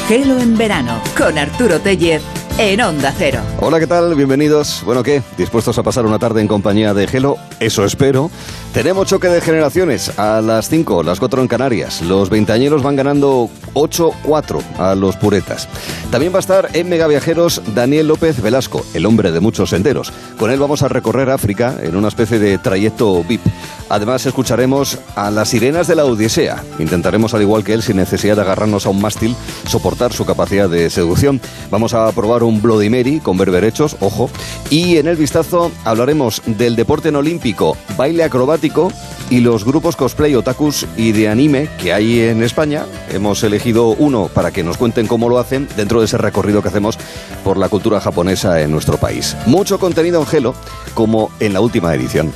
Gelo en verano, con Arturo Tellez, en Onda Cero. Hola, ¿qué tal? Bienvenidos. Bueno, ¿qué? ¿Dispuestos a pasar una tarde en compañía de Gelo? Eso espero. Tenemos choque de generaciones a las 5, las 4 en Canarias. Los veinteañeros van ganando 8-4 a los puretas. También va a estar en Megaviajeros Daniel López Velasco, el hombre de muchos senderos. Con él vamos a recorrer África en una especie de trayecto VIP. Además, escucharemos a las sirenas de la Odisea. Intentaremos, al igual que él, sin necesidad de agarrarnos a un mástil, soportar su capacidad de seducción. Vamos a probar un Bloody Mary con berberechos, ojo. Y en el vistazo hablaremos del deporte no olímpico, baile acrobático y los grupos cosplay, otakus y de anime que hay en España. Hemos elegido uno para que nos cuenten cómo lo hacen dentro de ese recorrido que hacemos por la cultura japonesa en nuestro país. Mucho contenido en Gelo, como en la última edición.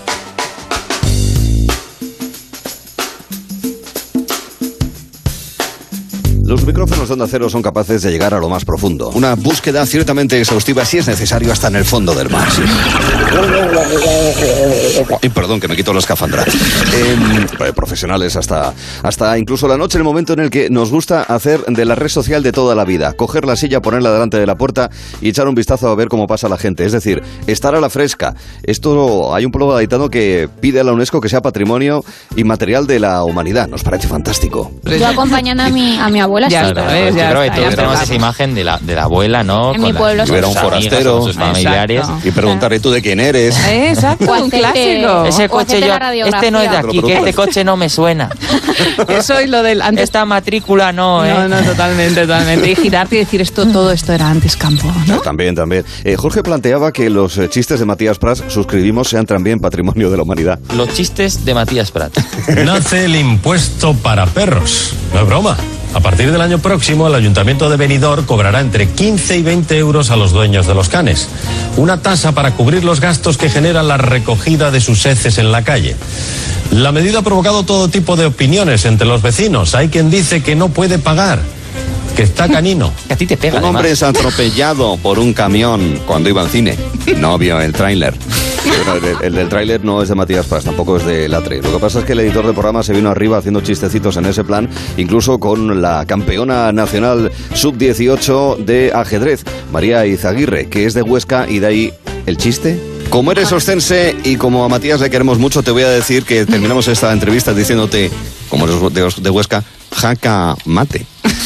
Los micrófonos de Onda Cero son capaces de llegar a lo más profundo. Una búsqueda ciertamente exhaustiva, si es necesario, hasta en el fondo del mar. Sí. Y perdón, que me quito la escafandra. Profesionales hasta incluso la noche, el momento en el que nos gusta hacer de la red social de toda la vida. Coger la silla, ponerla delante de la puerta y echar un vistazo a ver cómo pasa la gente. Es decir, estar a la fresca. Esto, hay un pueblo gaditano que pide a la UNESCO que sea patrimonio inmaterial de la humanidad. Nos parece fantástico. Yo acompañando a mi abuela. Ya está, yo creo que todos tenemos esa imagen de la abuela, ¿no? En mi pueblo era un forastero, sus familiares. Y preguntarle tú de quién eres. Exacto, un clásico. Ese coche este no es de aquí, que este coche no me suena. Eso es lo del antes. Esta matrícula no, ¿eh? No, totalmente. Y girarte y decir todo esto era antes campo, ¿no? También. Jorge planteaba que los chistes de Matías Prats, suscribimos, sean también patrimonio de la humanidad. Los chistes de Matías Prats. Nace el impuesto para perros. No es broma. A partir del año próximo, el Ayuntamiento de Benidorm cobrará entre 15 y 20 euros a los dueños de los canes. Una tasa para cubrir los gastos que genera la recogida de sus heces en la calle. La medida ha provocado todo tipo de opiniones entre los vecinos. Hay quien dice que no puede pagar, que está canino. Que a ti te pega. Un hombre es atropellado por un camión cuando iba al cine. No vio el tráiler. El del tráiler no es de Matías Prats, tampoco es de Latre. Lo que pasa es que el editor del programa se vino arriba haciendo chistecitos en ese plan, incluso con la campeona nacional sub-18 de ajedrez, María Izaguirre, que es de Huesca, y de ahí el chiste. Como eres ostense y como a Matías le queremos mucho, te voy a decir que terminamos esta entrevista diciéndote, como eres de Huesca, jaca mate.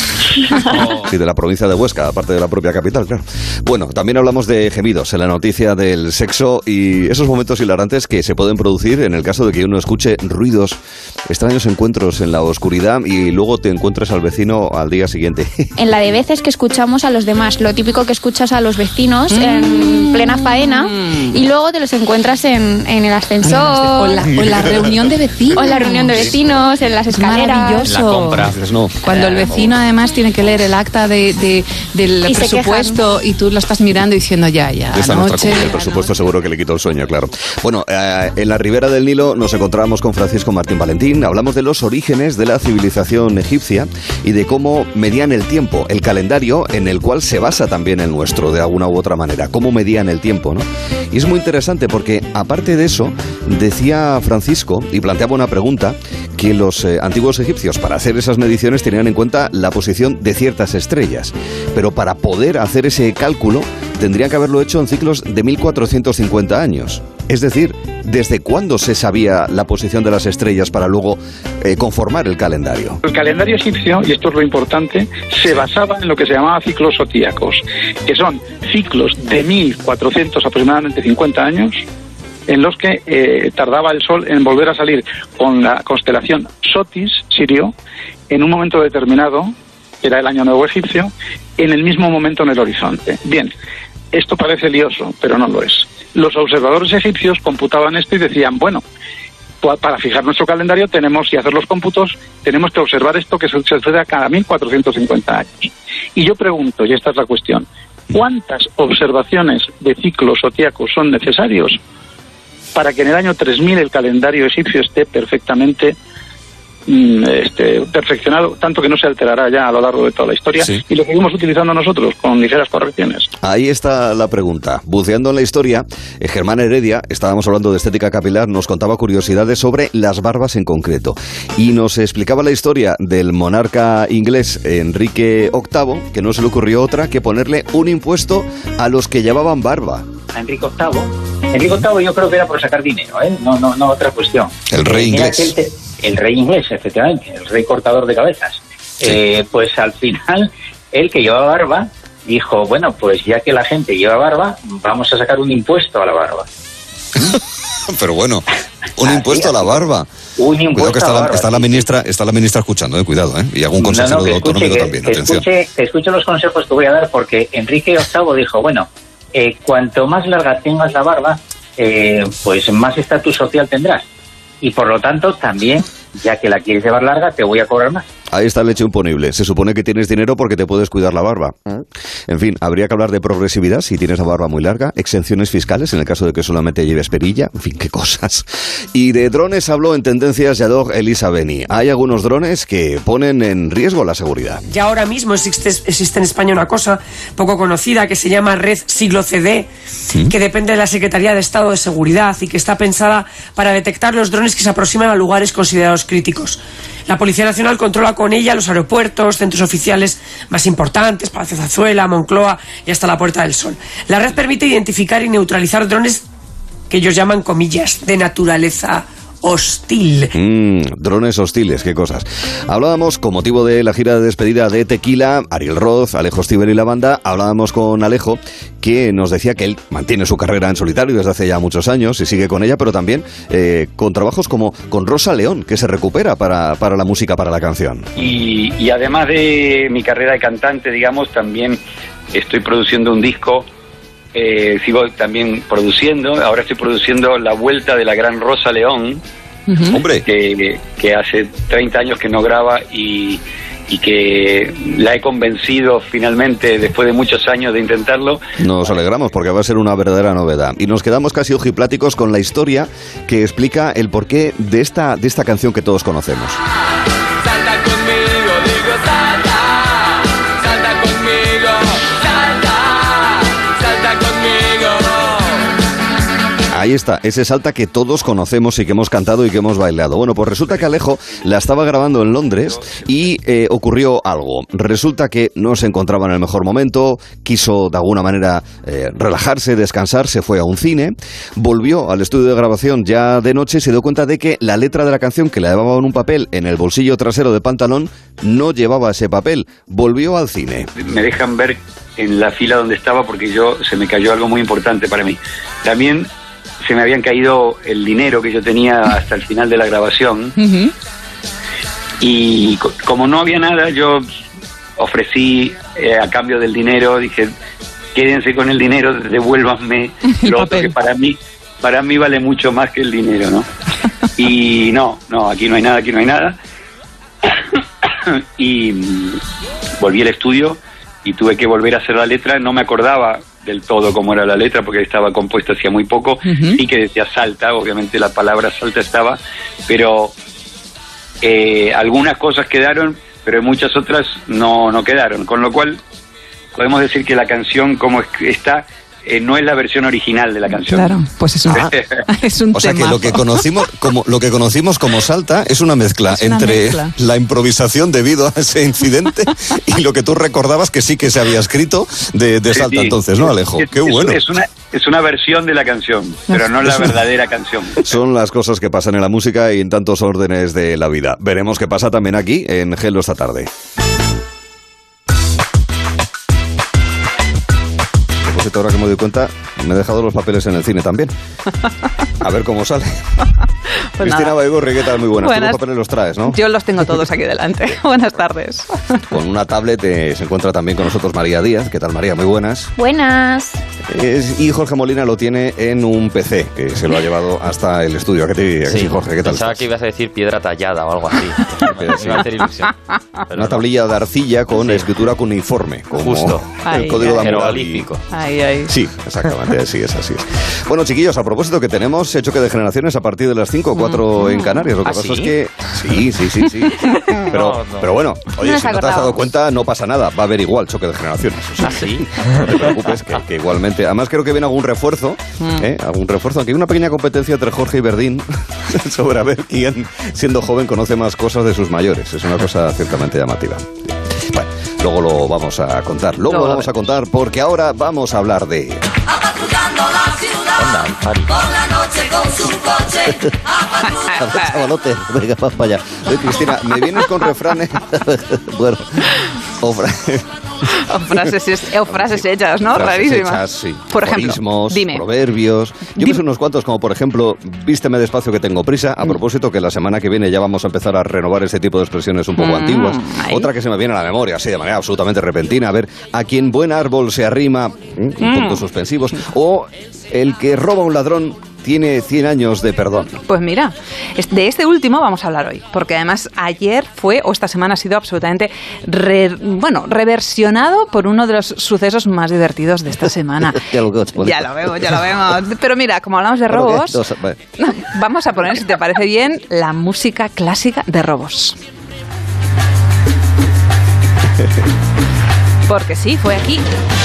Sí, de la provincia de Huesca, aparte de la propia capital, claro. Bueno, también hablamos de gemidos en la noticia del sexo y esos momentos hilarantes que se pueden producir en el caso de que uno escuche ruidos, extraños encuentros en la oscuridad y luego te encuentres al vecino al día siguiente. En la de veces que escuchamos a los demás, lo típico que escuchas a los vecinos en plena faena y luego te los encuentras en el ascensor. O en la reunión de vecinos. O en la reunión de vecinos, en las escaleras. Maravilloso. La compra. No. Cuando el vecino además tiene que leer el acta del presupuesto y tú lo estás mirando y diciendo ya. Esta noche el presupuesto seguro que le quitó el sueño, claro. Bueno, en la ribera del Nilo nos encontramos con Francisco Martín Valentín. Hablamos de los orígenes de la civilización egipcia y de cómo medían el tiempo, el calendario en el cual se basa también el nuestro, de alguna u otra manera. Cómo medían el tiempo, ¿no? Y es muy interesante porque, aparte de eso, decía Francisco, y planteaba una pregunta, que los antiguos egipcios, para hacer esas mediciones, tenían en cuenta la posición de ciertas estrellas. Pero para poder hacer ese cálculo, tendrían que haberlo hecho en ciclos de 1450 años. Es decir, ¿desde cuándo se sabía la posición de las estrellas para luego conformar el calendario? El calendario egipcio, y esto es lo importante, se basaba en lo que se llamaba ciclos zodíacos, que son ciclos de 1400 aproximadamente 50 años, en los que tardaba el Sol en volver a salir con la constelación Sotis, Sirio, en un momento determinado, que era el Año Nuevo Egipcio, en el mismo momento en el horizonte. Bien, esto parece lioso, pero no lo es. Los observadores egipcios computaban esto y decían, bueno, para fijar nuestro calendario y hacer los cómputos, tenemos que observar esto que sucede a cada 1450 años. Y yo pregunto, y esta es la cuestión, ¿cuántas observaciones de ciclos zodíacos son necesarios para que en el año 3000 el calendario egipcio esté perfectamente perfeccionado, tanto que no se alterará ya a lo largo de toda la historia, sí. Y lo seguimos utilizando nosotros con ligeras correcciones. Ahí está la pregunta. Buceando en la historia, Germán Heredia, estábamos hablando de estética capilar, nos contaba curiosidades sobre las barbas en concreto y nos explicaba la historia del monarca inglés Enrique VIII, que no se le ocurrió otra que ponerle un impuesto a los que llevaban barba. A Enrique VIII yo creo que era por sacar dinero, no otra cuestión. El rey inglés. El rey inglés, efectivamente, el rey cortador de cabezas. Sí. Pues al final, el que llevaba barba dijo, bueno, pues ya que la gente lleva barba, vamos a sacar un impuesto a la barba. Pero bueno, un impuesto a la barba. Un impuesto cuidado que a la barba. Está la ministra escuchando, cuidado, y algún consejero autonómico también, atención. Escuche los consejos que voy a dar, porque Enrique VIII dijo, bueno, cuanto más larga tengas la barba, pues más estatus social tendrás. Y por lo tanto, también, ya que la quieres llevar larga, te voy a cobrar más. Ahí está el hecho imponible. Se supone que tienes dinero porque te puedes cuidar la barba. En fin, habría que hablar de progresividad si tienes la barba muy larga, exenciones fiscales en el caso de que solamente lleves perilla, en fin, qué cosas. Y de drones habló en Tendencias Yadog Elisa Beni. Hay algunos drones que ponen en riesgo la seguridad. Ya ahora mismo existe en España una cosa poco conocida que se llama Red Siglo CD, que depende de la Secretaría de Estado de Seguridad y que está pensada para detectar los drones que se aproximan a lugares considerados críticos. La Policía Nacional controla con ella los aeropuertos, centros oficiales más importantes, Palacio Zarzuela, Moncloa y hasta la Puerta del Sol. La red permite identificar y neutralizar drones que ellos llaman, comillas, de naturaleza hostil. Drones hostiles, qué cosas. Hablábamos, con motivo de la gira de despedida de Tequila, Ariel Roth, Alejo Stivel y la banda, hablábamos con Alejo, que nos decía que él mantiene su carrera en solitario desde hace ya muchos años y sigue con ella, pero también con trabajos como con Rosa León, que se recupera para la música, para la canción. Y además de mi carrera de cantante, digamos, también estoy produciendo un disco. Sigo también produciendo, ahora estoy produciendo la vuelta de la gran Rosa León, ¡hombre! Que hace 30 años que no graba y que la he convencido finalmente después de muchos años de intentarlo. Nos alegramos porque va a ser una verdadera novedad y nos quedamos casi ojipláticos con la historia que explica el porqué de esta canción que todos conocemos. Salta conmigo, digo salta, salta conmigo, salta conmigo. Ahí está, ese salta que todos conocemos y que hemos cantado y que hemos bailado. Bueno, pues resulta que Alejo la estaba grabando en Londres y ocurrió algo. Resulta que no se encontraba en el mejor momento, quiso de alguna manera relajarse, descansar, se fue a un cine, volvió al estudio de grabación ya de noche y se dio cuenta de que la letra de la canción, que la llevaba en un papel en el bolsillo trasero de pantalón, no llevaba ese papel. Volvió al cine. Me dejan ver en la fila donde estaba porque se me cayó algo muy importante para mí. También se me habían caído el dinero que yo tenía hasta el final de la grabación. Y como no había nada, yo ofrecí a cambio del dinero, dije, quédense con el dinero, devuélvanme lo otro que para mí vale mucho más que el dinero, ¿no? Y no, aquí no hay nada. Y volví al estudio y tuve que volver a hacer la letra. No me acordaba del todo cómo era la letra porque estaba compuesta hacía muy poco. Sí que decía salta, obviamente la palabra salta estaba, pero algunas cosas quedaron, pero muchas otras no quedaron, con lo cual podemos decir que la canción como está no es la versión original de la canción. Claro, pues es un o sea que lo que conocimos como salta es una mezcla entre la improvisación debido a ese incidente y lo que tú recordabas que sí que se había escrito de salta, sí. Entonces, ¿no, Alejo? Qué bueno. Es una versión de la canción, pero no la verdadera canción. Son las cosas que pasan en la música y en tantos órdenes de la vida. Veremos qué pasa también aquí en Hello esta tarde. Ahora que me doy cuenta, me he dejado los papeles en el cine también. A ver cómo sale. Pues Cristina Baigorri, ¿qué tal? Muy buenas. Tú los papeles los traes, ¿no? Yo los tengo todos aquí delante. Buenas tardes. Con una tablet se encuentra también con nosotros María Díaz. ¿Qué tal, María? Muy buenas. Buenas. Y Jorge Molina lo tiene en un PC, que se lo ha llevado hasta el estudio. ¿Qué te diría? Sí, Jorge, ¿qué tal? Pensaba que ibas a decir piedra tallada o algo así. Sí. Me va a hacer ilusión. Una tablilla de arcilla con escritura cuneiforme. Como justo. El código de jeroglífico. Sí, exactamente, así es. Bueno, chiquillos, a propósito que tenemos choque de generaciones a partir de las 5:04 en Canarias. Lo que pasa es que... Sí. Pero bueno, oye, si no te has dado cuenta, no pasa nada. Va a haber igual choque de generaciones. O sea, no te preocupes, que igualmente... Además, creo que viene algún refuerzo, algún refuerzo. Aunque hay una pequeña competencia entre Jorge y Verdín sobre a ver quién, siendo joven, conoce más cosas de sus mayores. Es una cosa ciertamente llamativa. Bueno, luego lo vamos a contar. Luego lo vamos a contar porque ahora vamos a hablar de... Por la noche con su coche. A ver, chavalote, venga, vas para allá. Oye, Cristina, ¿me vienes con refranes? Bueno, o frases hechas, ¿no? Rarísimas. Hechas, sí. Por ejemplo, aforismos, dime. Proverbios. Yo me sé unos cuantos, como por ejemplo, vísteme despacio que tengo prisa. A propósito, que la semana que viene ya vamos a empezar a renovar este tipo de expresiones un poco antiguas. Otra que se me viene a la memoria, así de manera absolutamente repentina. A ver, a quien buen árbol se arrima, puntos suspensivos. O el que roba a un ladrón tiene 100 años de perdón. Pues mira, de este último vamos a hablar hoy, porque además ayer fue, o esta semana ha sido absolutamente reversionado por uno de los sucesos más divertidos de esta semana. Ya lo vemos. Pero mira, como hablamos de robos, vamos a poner, si te parece bien, la música clásica de robos. Porque sí, fue aquí.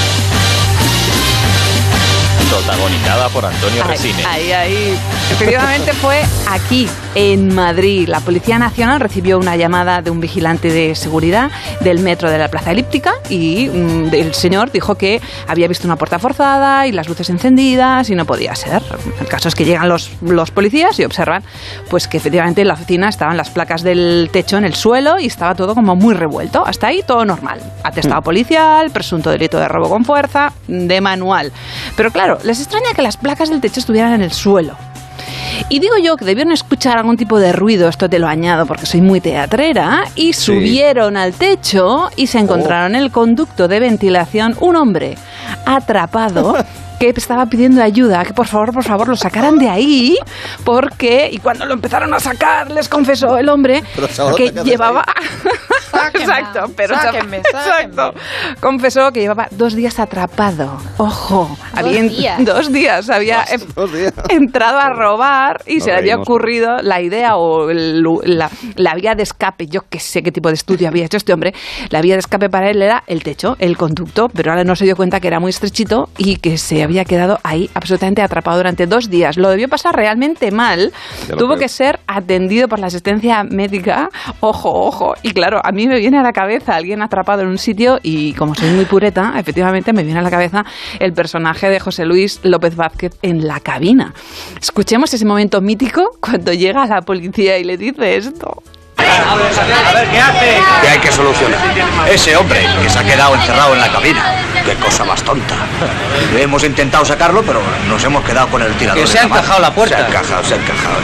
Protagonizada por Antonio Resines. Ahí. Efectivamente fue aquí, en Madrid. La Policía Nacional recibió una llamada de un vigilante de seguridad del metro de la Plaza Elíptica y el señor dijo que había visto una puerta forzada y las luces encendidas y no podía ser. El caso es que llegan los policías y observan pues que efectivamente en la oficina estaban las placas del techo en el suelo y estaba todo como muy revuelto. Hasta ahí todo normal. Atestado policial, presunto delito de robo con fuerza, de manual. Pero claro, les extraña que las placas del techo estuvieran en el suelo. Y digo yo que debieron escuchar algún tipo de ruido, esto te lo añado porque soy muy teatrera, y subieron al techo y se encontraron en el conducto de ventilación un hombre atrapado que estaba pidiendo ayuda, que por favor lo sacaran de ahí, porque, y cuando lo empezaron a sacar, les confesó el hombre que llevaba... Sáquenme. Confesó que llevaba 2 días atrapado. Ojo, 2 días había entrado a robar y se le había ocurrido la idea o la vía de escape. Yo que sé qué tipo de estudio había hecho este hombre. La vía de escape para él era el techo, el conducto, pero ahora no se dio cuenta que era muy estrechito y que se había quedado ahí absolutamente atrapado durante 2 días. Lo debió pasar realmente mal. Tuvo que ser atendido por la asistencia médica. Ojo. Y claro, a mí me viene a la cabeza alguien atrapado en un sitio y como soy muy pureta, efectivamente me viene a la cabeza el personaje de José Luis López Vázquez en La Cabina. Escuchemos ese momento mítico cuando llega la policía y le dice esto. A ver, ¿qué hace? Que hay que solucionar. Ese hombre que se ha quedado encerrado en la cabina. Qué cosa más tonta. Hemos intentado sacarlo, pero nos hemos quedado con el tirador. Que se ha encajado la puerta. Se ha encajado.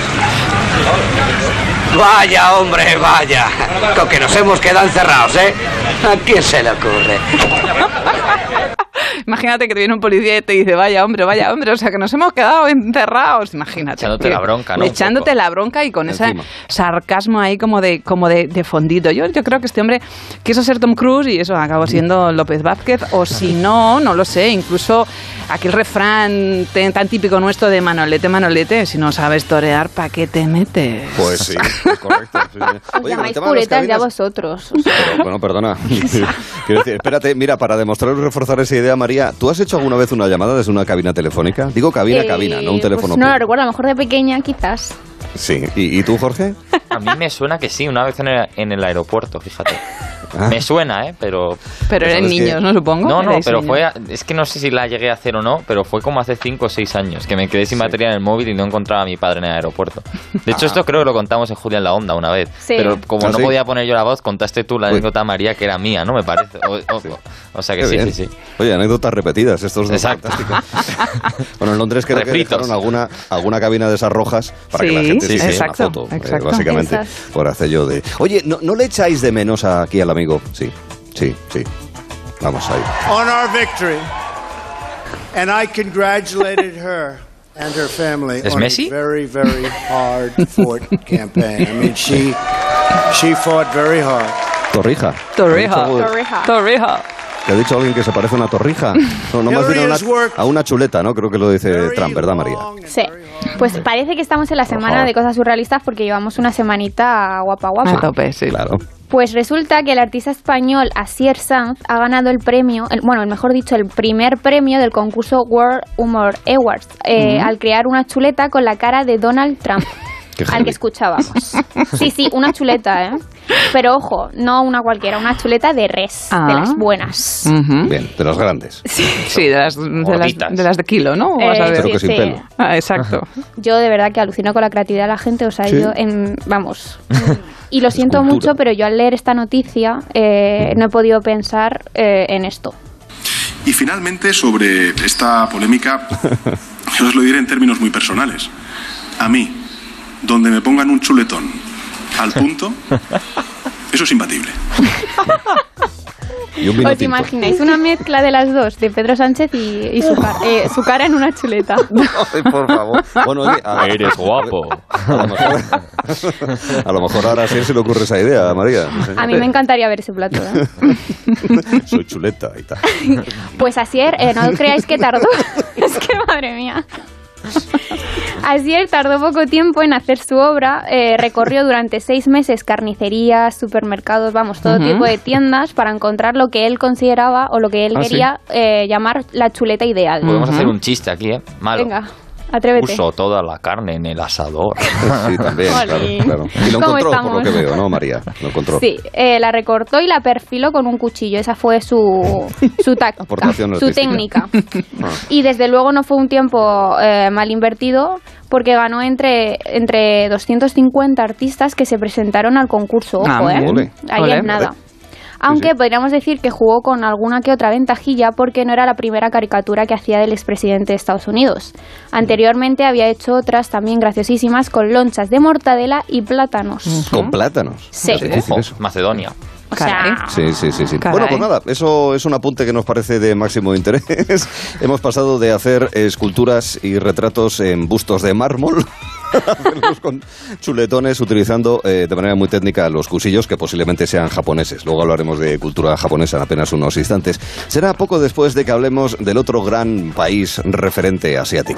Vaya, hombre, vaya. Con que nos hemos quedado encerrados, ¿eh? ¿A quién se le ocurre? Imagínate que te viene un policía y te dice, vaya hombre, o sea que nos hemos quedado encerrados, imagínate. Echándote la bronca, ¿no? Echándote la bronca y con ese sarcasmo ahí como de fondito. Yo creo que este hombre quiso ser Tom Cruise y eso acabó siendo López Vázquez, o si no lo sé, incluso aquel refrán tan típico nuestro de Manolete, si no sabes torear, ¿para qué te metes? Pues sí, es correcto. Sí. Os llamáis puretas ya vosotros. Pero, bueno, perdona. Quiero decir, espérate, mira, para demostrar y reforzar esa idea, María, ¿tú has hecho alguna vez una llamada desde una cabina telefónica? Digo cabina, no un teléfono. Pues no lo recuerdo, a lo mejor de pequeña quizás. Sí, ¿y tú, Jorge? A mí me suena que sí, una vez en el aeropuerto, fíjate. Me suena, pero... Pero eran niños, ¿no? Supongo. No, pero es que no sé si la llegué a hacer o no, pero fue como hace 5 o 6 años, que me quedé sin batería en el móvil y no encontraba a mi padre en el aeropuerto. De hecho, esto creo que lo contamos en Julia en la Onda una vez. Sí. Pero como no podía poner yo la voz, contaste tú la anécdota, María, que era mía, ¿no? Me parece. O sea que sí. Oye, anécdotas repetidas, estos dos. Exacto. Bueno, en Londres creo que dejaron alguna cabina de esas rojas para que la gente se hiciera una foto. Básicamente, por aquello de... Oye, ¿no le echáis de menos aquí al amigo? Sí. Vamos ahí. On our victory, and I congratulated her and her family on Messi? a very, very hard-fought campaign. I mean, she fought very hard. Torrija. Que ha dicho alguien que se parece a una torrija. No más bien a una chuleta, ¿no? Creo que lo dice Trump, ¿verdad, María? Sí. Pues parece que estamos en la semana de cosas surrealistas porque llevamos una semanita guapa. A tope, sí. Claro. Pues resulta que el artista español Asier Sanz ha ganado el premio, el primer premio del concurso World Humor Awards al crear una chuleta con la cara de Donald Trump, al que escuchábamos. Sí, una chuleta, ¿eh? Pero ojo, no una cualquiera, una chuleta de res, de las buenas. Bien, de las grandes. Sí, de las de kilo, ¿no? Espero que sin pelo. Exacto. Yo de verdad que alucino con la creatividad de la gente, o sea, yo vamos... Y lo siento mucho, pero yo al leer esta noticia no he podido pensar en esto. Y finalmente, sobre esta polémica, yo os lo diré en términos muy personales. A mí, donde me pongan un chuletón al punto, eso es imbatible. ¿Os imagináis una mezcla de las dos, de Pedro Sánchez y su cara en una chuleta? Ay, por favor. Bueno, oye, eres guapo. A lo mejor ahora sí se le ocurre esa idea, María. A mí me encantaría ver ese plato, ¿eh? Soy chuleta y tal. Pues Asier, no creáis que tardó. Es que madre mía. Asier tardó poco tiempo en hacer su obra, recorrió durante 6 meses carnicerías, supermercados, todo tipo de tiendas para encontrar lo que él consideraba o lo que él quería llamar la chuleta ideal. Podemos hacer un chiste aquí, ¿eh? Malo. Venga. Atrévete. Puso toda la carne en el asador. Sí, también, claro. Y lo encontró, por lo que veo, ¿no, María? Lo encontró. Sí, la recortó y la perfiló con un cuchillo. Esa fue su táctica, su técnica. Y desde luego no fue un tiempo mal invertido, porque ganó entre 250 artistas que se presentaron al concurso. Ojo, ahí es nada. Aunque podríamos decir que jugó con alguna que otra ventajilla porque no era la primera caricatura que hacía del expresidente de Estados Unidos. Anteriormente había hecho otras también graciosísimas con lonchas de mortadela y plátanos. ¿Con plátanos? Sí. Ojo, Macedonia. O sea, sí. Bueno, pues nada, eso es un apunte que nos parece de máximo interés. Hemos pasado de hacer esculturas y retratos en bustos de mármol a hacerlos con chuletones utilizando de manera muy técnica los cuchillos que posiblemente sean japoneses. Luego hablaremos de cultura japonesa en apenas unos instantes. Será poco después de que hablemos del otro gran país referente asiático,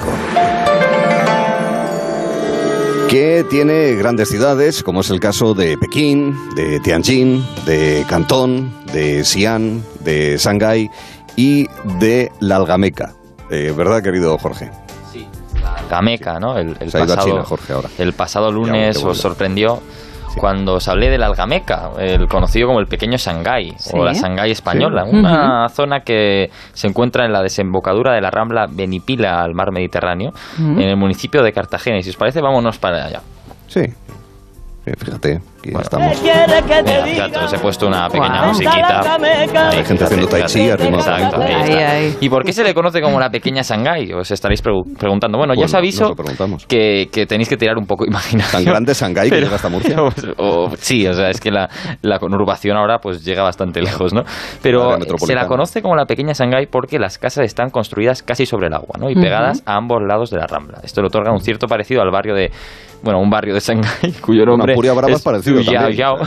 que tiene grandes ciudades, como es el caso de Pekín, de Tianjin, de Cantón, de Xi'an, de Shanghái y de la Algameca. ¿Verdad, querido Jorge? Sí, la Algameca, ¿no? Se ha ido a China, Jorge, ahora. El pasado lunes os sorprendió cuando os hablé de la Algameca, el conocido como el pequeño Shanghái, o la Shanghái española, una zona que se encuentra en la desembocadura de la Rambla Benipila al mar Mediterráneo, en el municipio de Cartagena. Y si os parece, vámonos para allá. Sí. Fíjate, que ya estamos. Ya os he puesto una pequeña musiquita. Hay gente haciendo tai chi arriba. Exacto. ¿Y por qué se le conoce como la pequeña Shanghái? Os estaréis preguntando. Bueno, ya os aviso que tenéis que tirar un poco de imaginación. ¿Tan grande Shanghái que llega hasta Murcia? Sí, o sea, es que la conurbación ahora pues llega bastante lejos, ¿no? Pero se la conoce como la pequeña Shanghái porque las casas están construidas casi sobre el agua, ¿no? Y pegadas a ambos lados de la Rambla. Esto le otorga un cierto parecido al barrio de... Bueno, un barrio de Shanghái cuyo nombre es Zhujiao,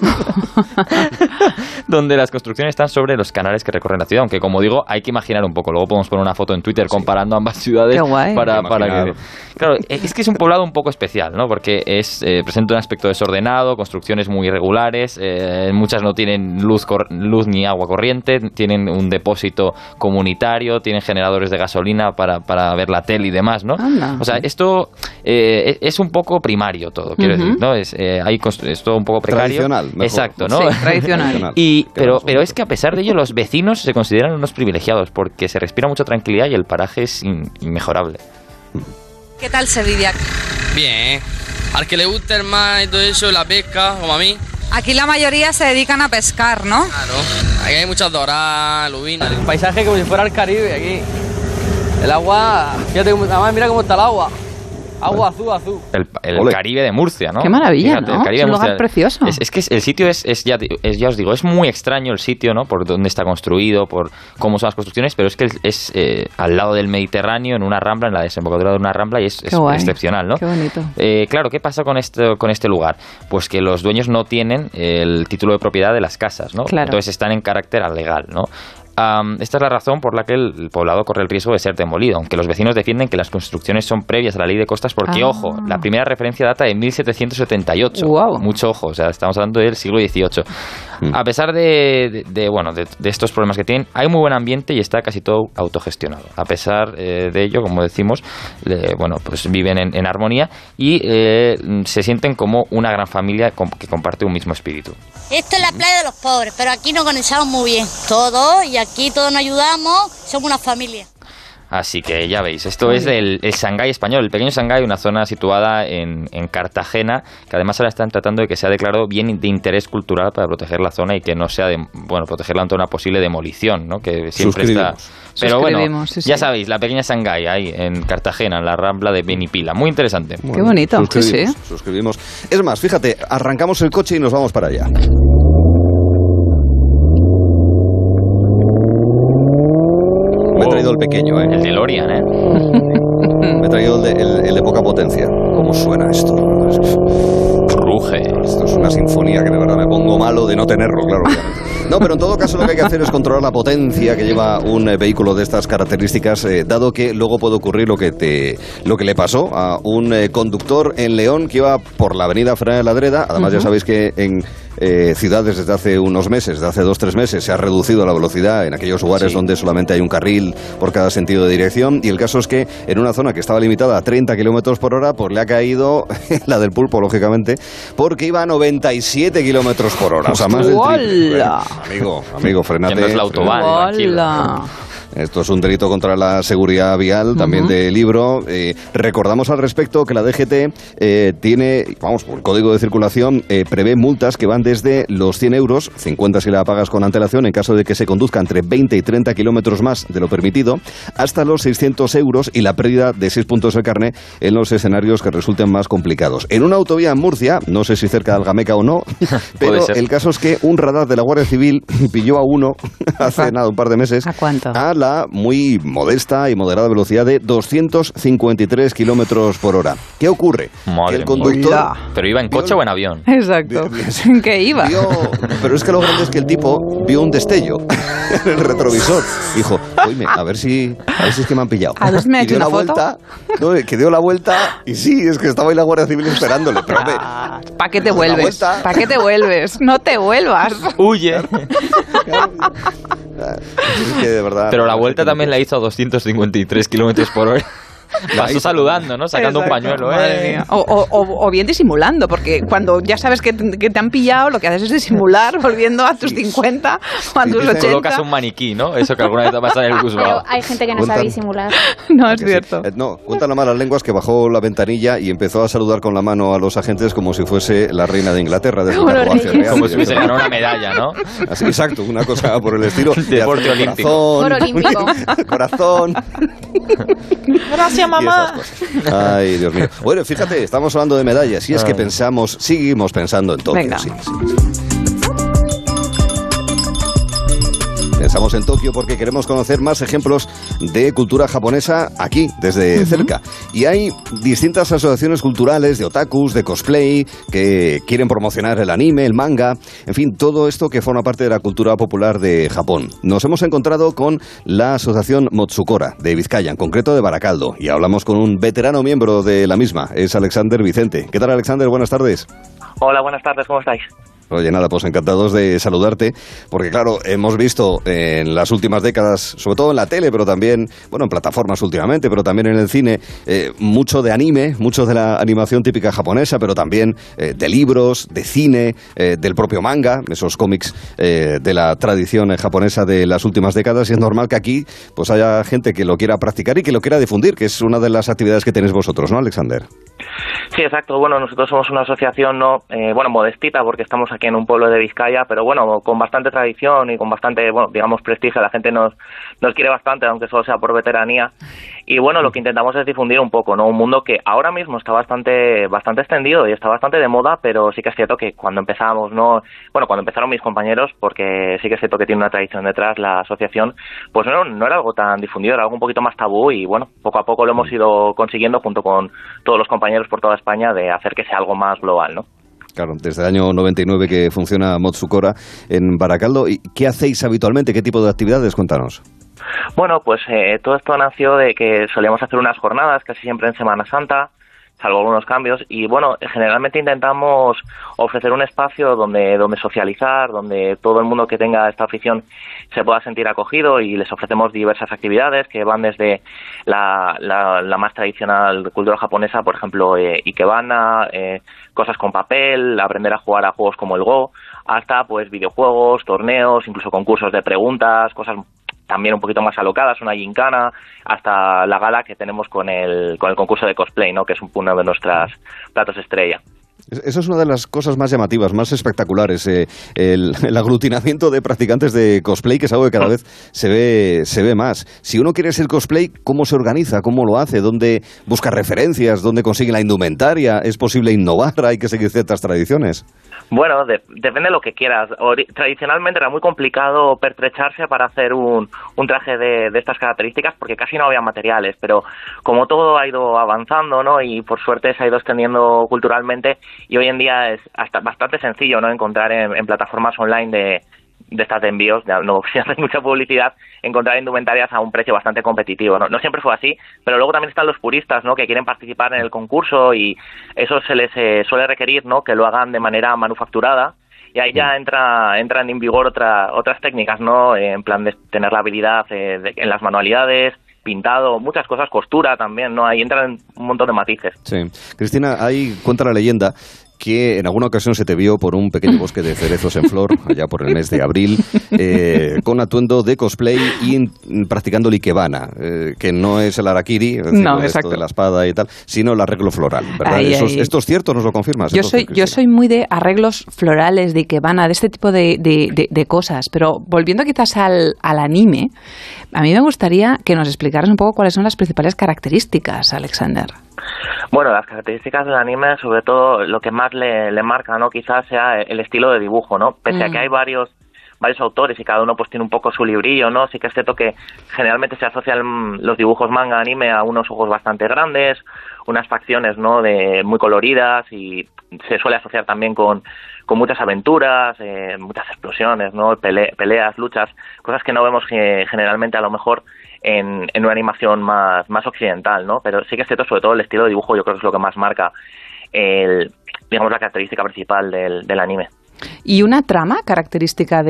donde las construcciones están sobre los canales que recorren la ciudad, aunque como digo, hay que imaginar un poco. Luego podemos poner una foto en Twitter comparando ambas ciudades para que... Claro, es que es un poblado un poco especial, ¿no? Porque presenta un aspecto desordenado, construcciones muy irregulares, muchas no tienen luz ni agua corriente, tienen un depósito comunitario, tienen generadores de gasolina para ver la tele y demás, ¿no? O sea, esto es un poco primario todo, quiero decir, ¿no? Es todo un poco precario. Tradicional, mejor. Exacto, ¿no? Sí, tradicional. Pero es que a pesar de ello los vecinos se consideran unos privilegiados porque se respira mucha tranquilidad y el paraje es inmejorable. ¿Qué tal se vive aquí? Bien, al que le gusta el mar y todo eso, la pesca, como a mí. Aquí la mayoría se dedican a pescar, ¿no? Claro, aquí hay muchas doradas, lubinas. El paisaje como si fuera el Caribe aquí. El agua, fíjate, además mira cómo está el agua. Agua azul. El Caribe de Murcia, ¿no? Qué maravilla, Fíjate, ¿no? El Caribe es un de Murcia. lugar precioso. Es que el sitio ya os digo, es muy extraño el sitio, ¿no? Por dónde está construido, por cómo son las construcciones, pero es que es al lado del Mediterráneo, en una rambla, en la desembocadura de una rambla, y es excepcional, ¿no? Qué bonito. Claro, ¿qué pasa con este lugar? Pues que los dueños no tienen el título de propiedad de las casas, ¿no? Claro. Entonces están en carácter alegal, ¿no? Esta es la razón por la que el poblado corre el riesgo de ser demolido, aunque los vecinos defienden que las construcciones son previas a la ley de costas porque, ojo, la primera referencia data de 1778. Wow. Mucho ojo, o sea, estamos hablando del siglo XVIII. A pesar de estos problemas que tienen, hay muy buen ambiente y está casi todo autogestionado. A pesar de ello, como decimos, pues viven en armonía y se sienten como una gran familia que comparte un mismo espíritu. Esto es la playa de los pobres, pero aquí nos organizamos muy bien. Todos, y aquí todos nos ayudamos, somos una familia. Así que ya veis, esto es el Shanghái español, el pequeño Shanghái, una zona situada en Cartagena, que además ahora están tratando de que sea declarado bien de interés cultural para proteger la zona y que no sea protegerla ante una posible demolición, ¿no? Que siempre está. Pero bueno, ya sabéis, la pequeña Shanghái ahí en Cartagena, en la Rambla de Benipila, muy interesante. Bueno, qué bonito, suscribimos. Es más, fíjate, arrancamos el coche y nos vamos para allá. Me he traído el pequeño, El DeLorean, Me he traído el de poca potencia. ¿Cómo suena esto? Ruge. Esto es una sinfonía que de verdad me pongo malo de no tenerlo, claro. No, pero en todo caso lo que hay que hacer es controlar la potencia que lleva un vehículo de estas características, dado que luego puede ocurrir lo que le pasó a un conductor en León que iba por la avenida Fernández de la Adreda. Además, ya sabéis que en ciudades desde hace unos meses, desde hace 2-3 meses, se ha reducido la velocidad en aquellos lugares donde solamente hay un carril por cada sentido de dirección. Y el caso es que en una zona que estaba limitada a 30 kilómetros por hora, pues le ha caído la del pulpo, lógicamente, porque iba a 97 kilómetros por hora. O sea, más del triple. Amigo, frenate. Que no es la autobahn, tranquilo. Esto es un delito contra la seguridad vial, también de libro. Recordamos al respecto que la DGT tiene, por código de circulación, prevé multas que van desde los 100 euros, 50 si la pagas con antelación, en caso de que se conduzca entre 20 y 30 kilómetros más de lo permitido, hasta los 600 euros y la pérdida de 6 puntos de carné en los escenarios que resulten más complicados. En una autovía en Murcia, no sé si cerca de Algameca o no, pero el caso es que un radar de la Guardia Civil pilló a uno hace un par de meses. ¿A cuánto? A la muy modesta y moderada velocidad de 253 kilómetros por hora. ¿Qué ocurre? Madre que el conductor... mía. ¿Pero iba en coche o en avión? Exacto. ¿En qué iba? Pero es que lo grande es que el tipo vio un destello en el retrovisor. Dijo, oye, a ver si es que me han pillado. ¿A dónde me ha hecho una vuelta? No, que dio la vuelta y sí, es que estaba ahí la Guardia Civil esperándole. Pero ¿para qué te vuelves? ¿Para qué te vuelves? No te vuelvas. Huye. Es que de verdad. Pero la vuelta también la hizo a 253 kilómetros por hora. Pasó saludando, ¿no? Sacando un pañuelo, Madre mía. O bien disimulando, porque cuando ya sabes que te han pillado, lo que haces es disimular, volviendo a tus 50 o a tus 80. Colocas un maniquí, ¿no? Eso que alguna vez te pasa en el Busbao. Pero hay gente que no sabe disimular. No, es cierto. Sí. No, cuentan las malas lenguas que bajó la ventanilla y empezó a saludar con la mano a los agentes como si fuese la reina de Inglaterra. Como si hubiese ganado una medalla, ¿no? Así, exacto, una cosa por el estilo. Deporte olímpico. Oro olímpico. Corazón. Gracias, mamá. Ay, Dios mío. Bueno, fíjate, estamos hablando de medallas y es que seguimos pensando en Tokio. Venga. Sí. Pensamos en Tokio porque queremos conocer más ejemplos de cultura japonesa aquí, desde cerca. Y hay distintas asociaciones culturales de otakus, de cosplay, que quieren promocionar el anime, el manga, en fin, todo esto que forma parte de la cultura popular de Japón. Nos hemos encontrado con la asociación Motsukora de Vizcaya, en concreto de Baracaldo, y hablamos con un veterano miembro de la misma, es Alexander Vicente. ¿Qué tal, Alexander? Buenas tardes. Hola, buenas tardes, ¿cómo estáis? Oye, nada, pues encantados de saludarte, porque claro, hemos visto en las últimas décadas, sobre todo en la tele, pero también, bueno, en plataformas últimamente, pero también en el cine, mucho de anime, mucho de la animación típica japonesa, pero también de libros, de cine, del propio manga, esos cómics de la tradición japonesa de las últimas décadas, y es normal que aquí pues haya gente que lo quiera practicar y que lo quiera difundir, que es una de las actividades que tenéis vosotros, ¿no, Alexander? Sí, exacto. Bueno, nosotros somos una asociación modestita porque estamos aquí en un pueblo de Vizcaya, pero bueno, con bastante tradición y con bastante, digamos, prestigio. La gente nos quiere bastante, aunque solo sea por veteranía. Y bueno, lo que intentamos es difundir un poco, ¿no? Un mundo que ahora mismo está bastante extendido y está bastante de moda, pero sí que es cierto que cuando empezamos, cuando empezaron mis compañeros, porque sí que es cierto que tiene una tradición detrás la asociación, pues no era algo tan difundido, era algo un poquito más tabú y bueno, poco a poco lo hemos ido consiguiendo junto con todos los compañeros por toda España de hacer que sea algo más global, ¿no? Claro, desde el año 99 que funciona Mozzukora en Baracaldo. ¿Y qué hacéis habitualmente? ¿Qué tipo de actividades? Cuéntanos. Bueno, pues todo esto nació de que solíamos hacer unas jornadas casi siempre en Semana Santa, salvo algunos cambios, y bueno, generalmente intentamos ofrecer un espacio donde socializar, donde todo el mundo que tenga esta afición se pueda sentir acogido, y les ofrecemos diversas actividades que van desde la más tradicional cultura japonesa, por ejemplo, ikebana, cosas con papel, aprender a jugar a juegos como el Go, hasta pues videojuegos, torneos, incluso concursos de preguntas, cosas también un poquito más alocadas, una gincana, hasta la gala que tenemos con el concurso de cosplay, ¿no? Que es uno de nuestros platos estrella. Eso es una de las cosas más llamativas, más espectaculares, el aglutinamiento de practicantes de cosplay, que es algo que cada vez se ve más. Si uno quiere ser cosplay, ¿cómo se organiza? ¿Cómo lo hace? ¿Dónde busca referencias? ¿Dónde consigue la indumentaria? ¿Es posible innovar? ¿Hay que seguir ciertas tradiciones? Bueno, depende de lo que quieras. Tradicionalmente era muy complicado pertrecharse para hacer un traje de estas características porque casi no había materiales, pero como todo ha ido avanzando, ¿no? Y por suerte se ha ido extendiendo culturalmente, y hoy en día es hasta bastante sencillo, ¿no? Encontrar en plataformas online de estas de envíos, no sin hacer mucha publicidad, encontrar indumentarias a un precio bastante competitivo, ¿no? No siempre fue así, pero luego también están los puristas, ¿no? Que quieren participar en el concurso, y eso se les suele requerir, ¿no? Que lo hagan de manera manufacturada, y ahí ya entran en vigor otras técnicas, ¿no? En plan de tener la habilidad en las manualidades, pintado, muchas cosas, costura también, ¿no? Ahí entran un montón de matices. Sí. Cristina, cuenta la leyenda que en alguna ocasión se te vio por un pequeño bosque de cerezos en flor, allá por el mes de abril, con atuendo de cosplay y practicando el ikebana, que no es el harakiri, esto de la espada y tal, sino el arreglo floral, ¿verdad? ¿Esto es cierto? ¿Nos lo confirmas? Yo soy muy de arreglos florales, de ikebana, de este tipo de cosas, pero volviendo quizás al anime, a mí me gustaría que nos explicaras un poco cuáles son las principales características, Alexander. Bueno, las características del anime, sobre todo lo que más le marca, ¿no? Quizás sea el estilo de dibujo, ¿no? Pese a que hay varios autores y cada uno pues tiene un poco su librillo, ¿no? Sí que es cierto que generalmente se asocian los dibujos manga anime a unos ojos bastante grandes, unas facciones, ¿no? Muy coloridas, y se suele asociar también con muchas aventuras, muchas explosiones, ¿no? Peleas, luchas, cosas que no vemos generalmente a lo mejor en una animación más occidental, ¿no? Pero sí que es cierto, sobre todo el estilo de dibujo, yo creo que es lo que más marca digamos la característica principal del anime. ¿Y una trama característica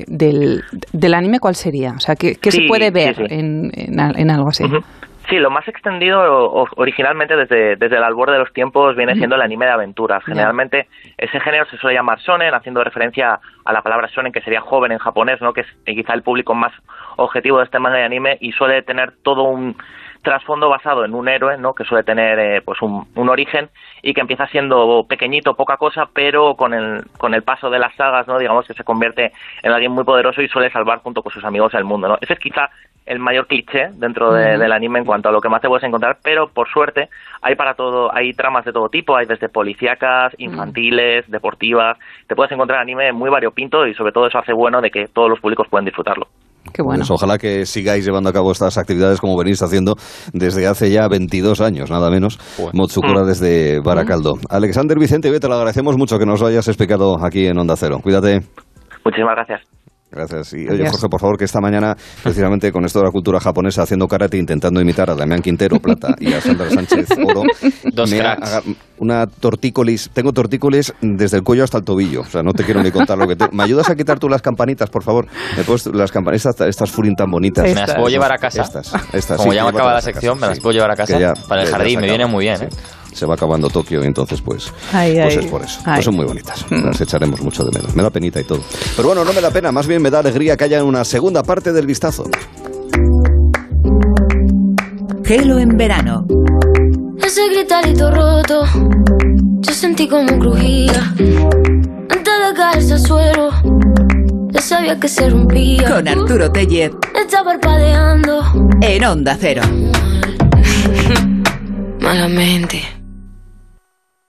del anime cuál sería? O sea, ¿qué se puede ver en algo así? Uh-huh. Sí, lo más extendido originalmente desde el albor de los tiempos viene siendo el anime de aventuras. Generalmente ese género se suele llamar shonen, haciendo referencia a la palabra shonen, que sería joven en japonés, ¿no? Que es quizá el público más objetivo de este manga de anime, y suele tener todo un trasfondo basado en un héroe, ¿no? Que suele tener pues un origen, y que empieza siendo pequeñito, poca cosa, pero con el paso de las sagas, ¿no? Digamos que se convierte en alguien muy poderoso y suele salvar junto con sus amigos el mundo, ¿no? Ese es quizá el mayor cliché dentro del anime en cuanto a lo que más te puedes encontrar, pero por suerte hay para todo, hay tramas de todo tipo, hay desde policíacas, infantiles, deportivas, te puedes encontrar anime muy variopinto, y sobre todo eso hace bueno de que todos los públicos puedan disfrutarlo. Qué bueno. Pues ojalá que sigáis llevando a cabo estas actividades como venís haciendo desde hace ya 22 años, nada menos. Mozzukora desde Baracaldo. Alexander Vicente, te lo agradecemos mucho que nos lo hayas explicado aquí en Onda Cero. Cuídate. Muchísimas gracias. Gracias. Y oye, Jorge, por favor, que esta mañana, precisamente con esto de la cultura japonesa, haciendo karate, intentando imitar a Damián Quintero, plata, y a Sandra Sánchez, oro, una tortícolis. Tengo tortícolis desde el cuello hasta el tobillo. O sea, no te quiero ni contar lo que tengo. ¿Me ayudas a quitar tú las campanitas, por favor? Las campanitas, estas furin tan bonitas. ¿Me las puedo llevar a casa? Estas, como ya me acaba la sección, me las puedo llevar a casa para el jardín. Me viene muy bien, ¿eh? Se va acabando Tokio, y entonces pues es por eso. Pues son muy bonitas. Las echaremos mucho de menos. Me da penita y todo. Pero bueno, no me da pena, más bien me da alegría que haya una segunda parte del vistazo. Gelo en verano. Ese gritarito roto, yo sentí como crujía. Antes de caerse al suelo, ya sabía que se rompía. Con Arturo Tellez. Está parpadeando en Onda Cero. Malamente.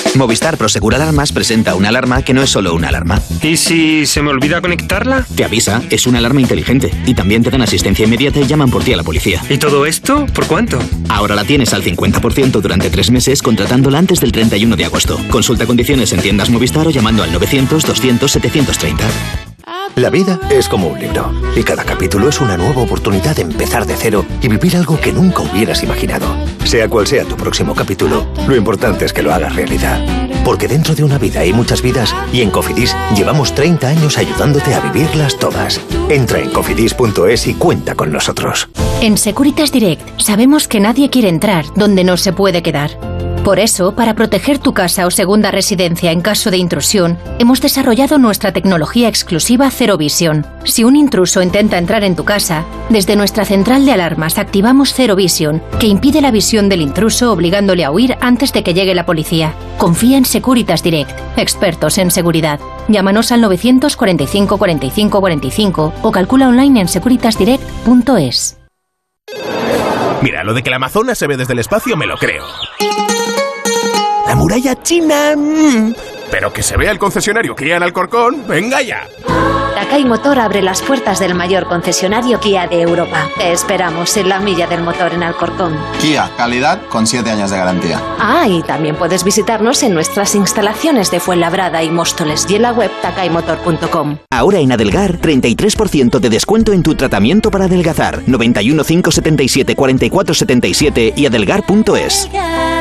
Movistar Prosegur Alarmas presenta una alarma que no es solo una alarma. ¿Y si se me olvida conectarla? Te avisa, es una alarma inteligente. Y también te dan asistencia inmediata y llaman por ti a la policía. ¿Y todo esto? ¿Por cuánto? Ahora la tienes al 50% durante 3 meses contratándola antes del 31 de agosto. Consulta condiciones en tiendas Movistar o llamando al 900-200-730. La vida es como un libro y cada capítulo es una nueva oportunidad de empezar de cero y vivir algo que nunca hubieras imaginado. Sea cual sea tu próximo capítulo, lo importante es que lo hagas realidad. Porque dentro de una vida hay muchas vidas y en Cofidis llevamos 30 años ayudándote a vivirlas todas. Entra en cofidis.es y cuenta con nosotros. En Securitas Direct sabemos que nadie quiere entrar donde no se puede quedar. Por eso, para proteger tu casa o segunda residencia en caso de intrusión, hemos desarrollado nuestra tecnología exclusiva Zero Vision. Si un intruso intenta entrar en tu casa, desde nuestra central de alarmas activamos Zero Vision, que impide la visión del intruso obligándole a huir antes de que llegue la policía. Confía en Securitas Direct, expertos en seguridad. Llámanos al 945 45 45 o calcula online en securitasdirect.es. Mira, lo de que la Amazonas se ve desde el espacio me lo creo. La muralla china... Pero que se vea el concesionario Kia en Alcorcón, venga ya. Takai Motor abre las puertas del mayor concesionario Kia de Europa. Te esperamos en la Milla del Motor en Alcorcón. Kia, calidad con 7 años de garantía. Ah, y también puedes visitarnos en nuestras instalaciones de Fuenlabrada y Móstoles y en la web takaimotor.com. Ahora en Adelgar, 33% de descuento en tu tratamiento para adelgazar. 91 577 44 77 y adelgar.es.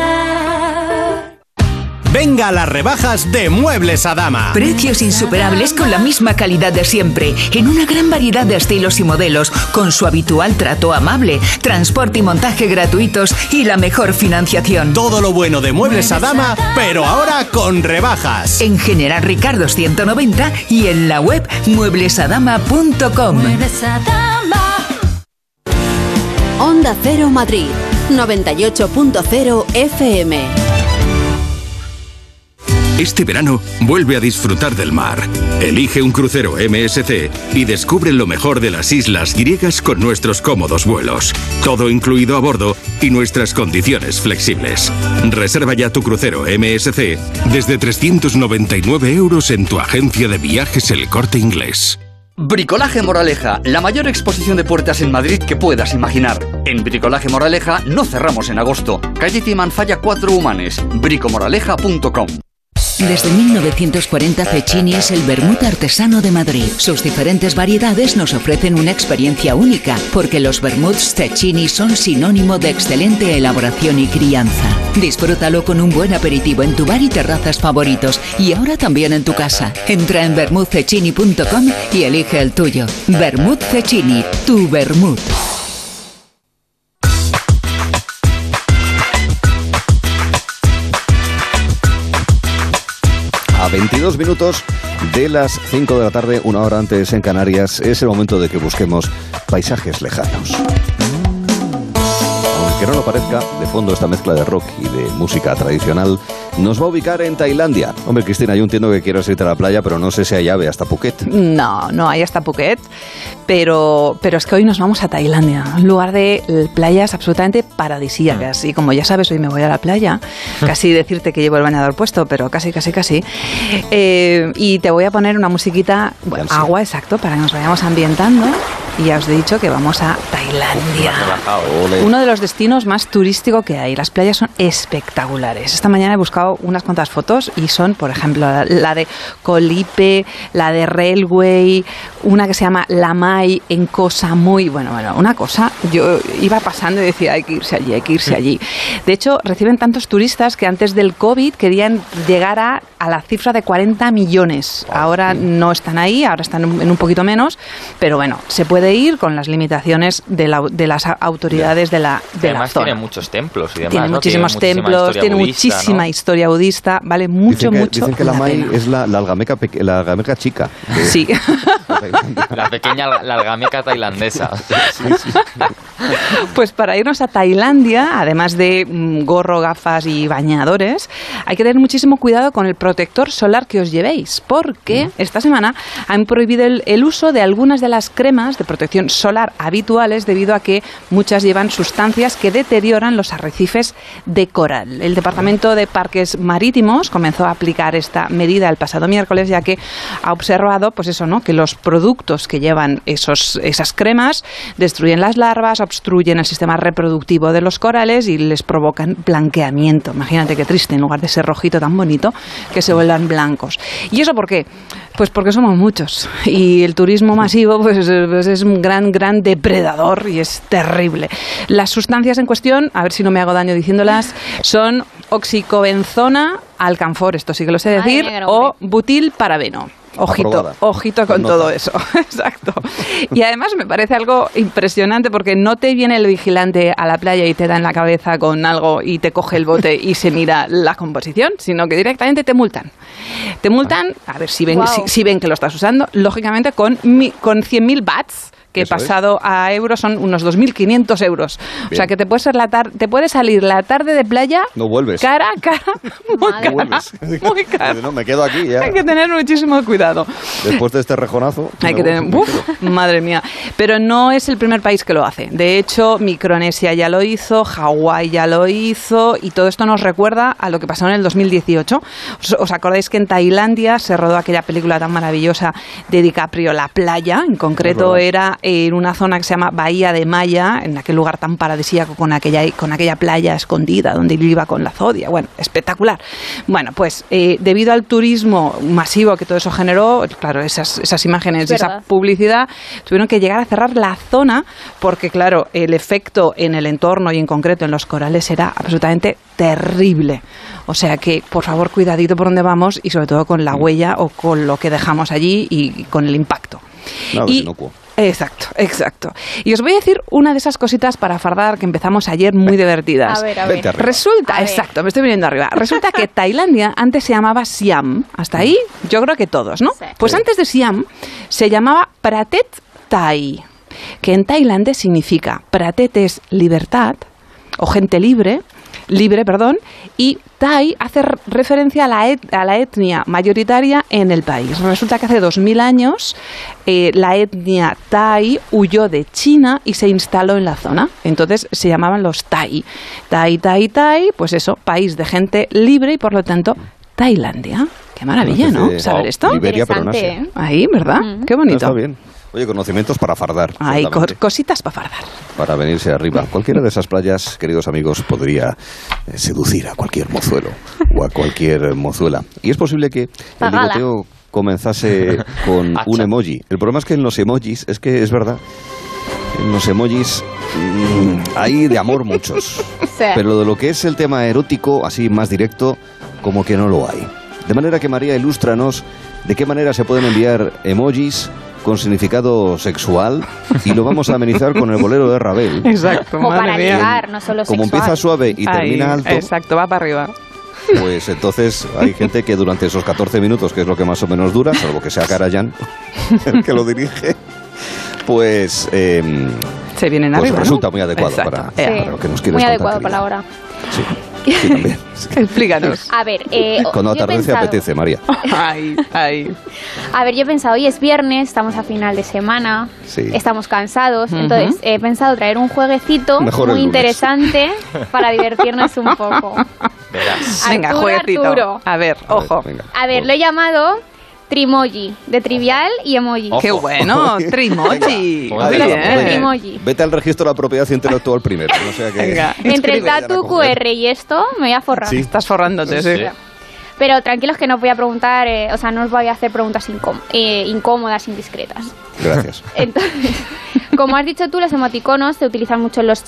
Venga a las rebajas de Muebles a Dama. Precios insuperables con la misma calidad de siempre, en una gran variedad de estilos y modelos, con su habitual trato amable, transporte y montaje gratuitos y la mejor financiación. Todo lo bueno de Muebles a Dama, pero ahora con rebajas. En General Ricardo 190 y en la web mueblesadama.com. Muebles a Dama. Onda Cero Madrid, 98.0 FM. Este verano, vuelve a disfrutar del mar. Elige un crucero MSC y descubre lo mejor de las islas griegas con nuestros cómodos vuelos. Todo incluido a bordo y nuestras condiciones flexibles. Reserva ya tu crucero MSC desde 399 € en tu agencia de viajes El Corte Inglés. Bricolaje Moraleja, la mayor exposición de puertas en Madrid que puedas imaginar. En Bricolaje Moraleja no cerramos en agosto. Calle Timanfaya 4 Humanes, bricomoraleja.com. Desde 1940 Cecchini es el vermut artesano de Madrid. Sus diferentes variedades nos ofrecen una experiencia única, porque los vermuts Cecchini son sinónimo de excelente elaboración y crianza. Disfrútalo con un buen aperitivo en tu bar y terrazas favoritos, y ahora también en tu casa. Entra en vermutcecchini.com y elige el tuyo. Vermut Cecchini, tu vermut. A 22 minutos de las 5 de la tarde, una hora antes en Canarias, es el momento de que busquemos paisajes lejanos. Aunque no lo parezca, de fondo esta mezcla de rock y de música tradicional nos va a ubicar en Tailandia. Hombre, Cristina, yo entiendo que quieras irte a la playa, pero no sé si hay ave hasta Phuket. No hay hasta Phuket, pero es que hoy nos vamos a Tailandia, un lugar de playas absolutamente paradisíacas. Y como ya sabes, hoy me voy a la playa, casi decirte que llevo el bañador puesto, pero casi. Y te voy a poner una musiquita, bueno, agua, exacto, para que nos vayamos ambientando. Y ya os he dicho que vamos a Tailandia. Uno de los destinos más turísticos que hay. Las playas son espectaculares. Esta mañana he buscado unas cuantas fotos y son, por ejemplo, la de Koh Lipe, la de Railway, una que se llama Lamai en Koh Samui. Bueno, una cosa, yo iba pasando y decía, hay que irse allí. De hecho, reciben tantos turistas que antes del COVID querían llegar a la cifra de 40 millones. Ahora no están ahí, ahora están en un poquito menos, pero bueno, se puede ir con las limitaciones de las autoridades de la Además zona. Tiene muchos templos y demás, tiene muchísimos templos, tiene muchísima historia budista, vale mucho. Dicen que la Mai es la algameca chica. Sí. La pequeña algameca tailandesa. Sí. Pues para irnos a Tailandia, además de gorro, gafas y bañadores, hay que tener muchísimo cuidado con el protector solar que os llevéis, porque esta semana han prohibido el uso de algunas de las cremas de protección solar habituales debido a que muchas llevan sustancias que deterioran los arrecifes de coral. El Departamento de Parques Marítimos comenzó a aplicar esta medida el pasado miércoles, ya que ha observado, pues eso, ¿no?, que los productos que llevan esas cremas destruyen las larvas, obstruyen el sistema reproductivo de los corales y les provocan blanqueamiento. Imagínate qué triste, en lugar de ese rojito tan bonito, que se vuelvan blancos. ¿Y eso por qué? Pues porque somos muchos y el turismo masivo pues es un gran depredador y es terrible. Las sustancias en cuestión, a ver si no me hago daño diciéndolas, son oxicobenzona, alcanfor, esto sí que lo sé decir, o butilparabeno. Ojito con todo eso. Exacto. Y además me parece algo impresionante porque no te viene el vigilante a la playa y te da en la cabeza con algo y te coge el bote y se mira la composición, sino que directamente te multan. Te multan, a ver si ven, si ven que lo estás usando, lógicamente con 100.000 bahts, que pasado a euros son unos 2.500 euros. Bien. O sea que te puede salir la tarde de playa. No vuelves. Cara a cara. Muy cara. No, me quedo aquí ya. Hay que tener muchísimo cuidado. Después de este rejonazo. Hay que tener. Madre mía. Pero no es el primer país que lo hace. De hecho, Micronesia ya lo hizo, Hawái ya lo hizo, y todo esto nos recuerda a lo que pasó en el 2018. ¿Os acordáis que en Tailandia se rodó aquella película tan maravillosa de DiCaprio, La Playa? En concreto era en una zona que se llama Bahía de Maya, en aquel lugar tan paradisíaco con aquella playa escondida donde él iba con la Zodia. Bueno, espectacular. Bueno, pues debido al turismo masivo que todo eso generó, claro, esas imágenes y esa publicidad, tuvieron que llegar a cerrar la zona porque, claro, el efecto en el entorno y en concreto en los corales era absolutamente terrible. O sea que, por favor, cuidadito por donde vamos y sobre todo con la huella o con lo que dejamos allí y con el impacto. Exacto. Y os voy a decir una de esas cositas para fardar que empezamos ayer muy divertidas. A ver. Resulta, exacto, me estoy viniendo arriba. Resulta que Tailandia antes se llamaba Siam. Hasta ahí yo creo que todos, ¿no? Sí. Pues antes de Siam se llamaba Pratet Thai, que en tailandés significa Pratet es libertad o gente libre, y Thai hace referencia a la etnia mayoritaria en el país. Resulta que hace 2000 años la etnia Thai huyó de China y se instaló en la zona. Entonces se llamaban los Thai. Thai, pues eso, país de gente libre y por lo tanto Tailandia. Qué maravilla, ¿no? ¿Saber esto? Liberia, pero no sé. Ahí, ¿verdad? Qué bonito. Está bien. Oye, conocimientos para fardar. Hay cositas para fardar. Para venirse arriba. Cualquiera de esas playas, queridos amigos, podría seducir a cualquier mozuelo o a cualquier mozuela. Y es posible que el ligoteo comenzase con un emoji. El problema es que en los emojis, es verdad, en los emojis hay de amor muchos. Sí. Pero de lo que es el tema erótico, así más directo, como que no lo hay. De manera que, María, ilústranos de qué manera se pueden enviar emojis con significado sexual y lo vamos a amenizar con el bolero de Ravel. Exacto, como para ligar, no solo como sexual. Empieza suave y termina alto. Exacto, va para arriba. Pues entonces hay gente que durante esos 14 minutos, que es lo que más o menos dura, salvo que sea Karajan el que lo dirige, pues se vienen arriba, pues resulta, ¿no?, muy adecuado para lo que nos quieres contar. Muy adecuado para la hora. Sí. Sí, también. Explícanos. A ver, cuando atardece apetece, María. Ay. A ver, yo he pensado, hoy es viernes, estamos a final de semana, estamos cansados, entonces he pensado traer un jueguecito muy interesante para divertirnos un poco. Verás. Venga, jueguecito. Arturo. A ver, ojo. A ver, lo he llamado Trimoji, de trivial y emoji. ¡Qué bueno! Trimoji. Trimoji. Vete al registro de la propiedad intelectual primero. No sea que entre el tatu QR y esto me voy a forrar. Sí, estás forrándote, sí. Pero tranquilos que no os voy a preguntar, no os voy a hacer preguntas incómodas, indiscretas. Gracias. Entonces, como has dicho tú, los emoticonos se utilizan mucho en los chats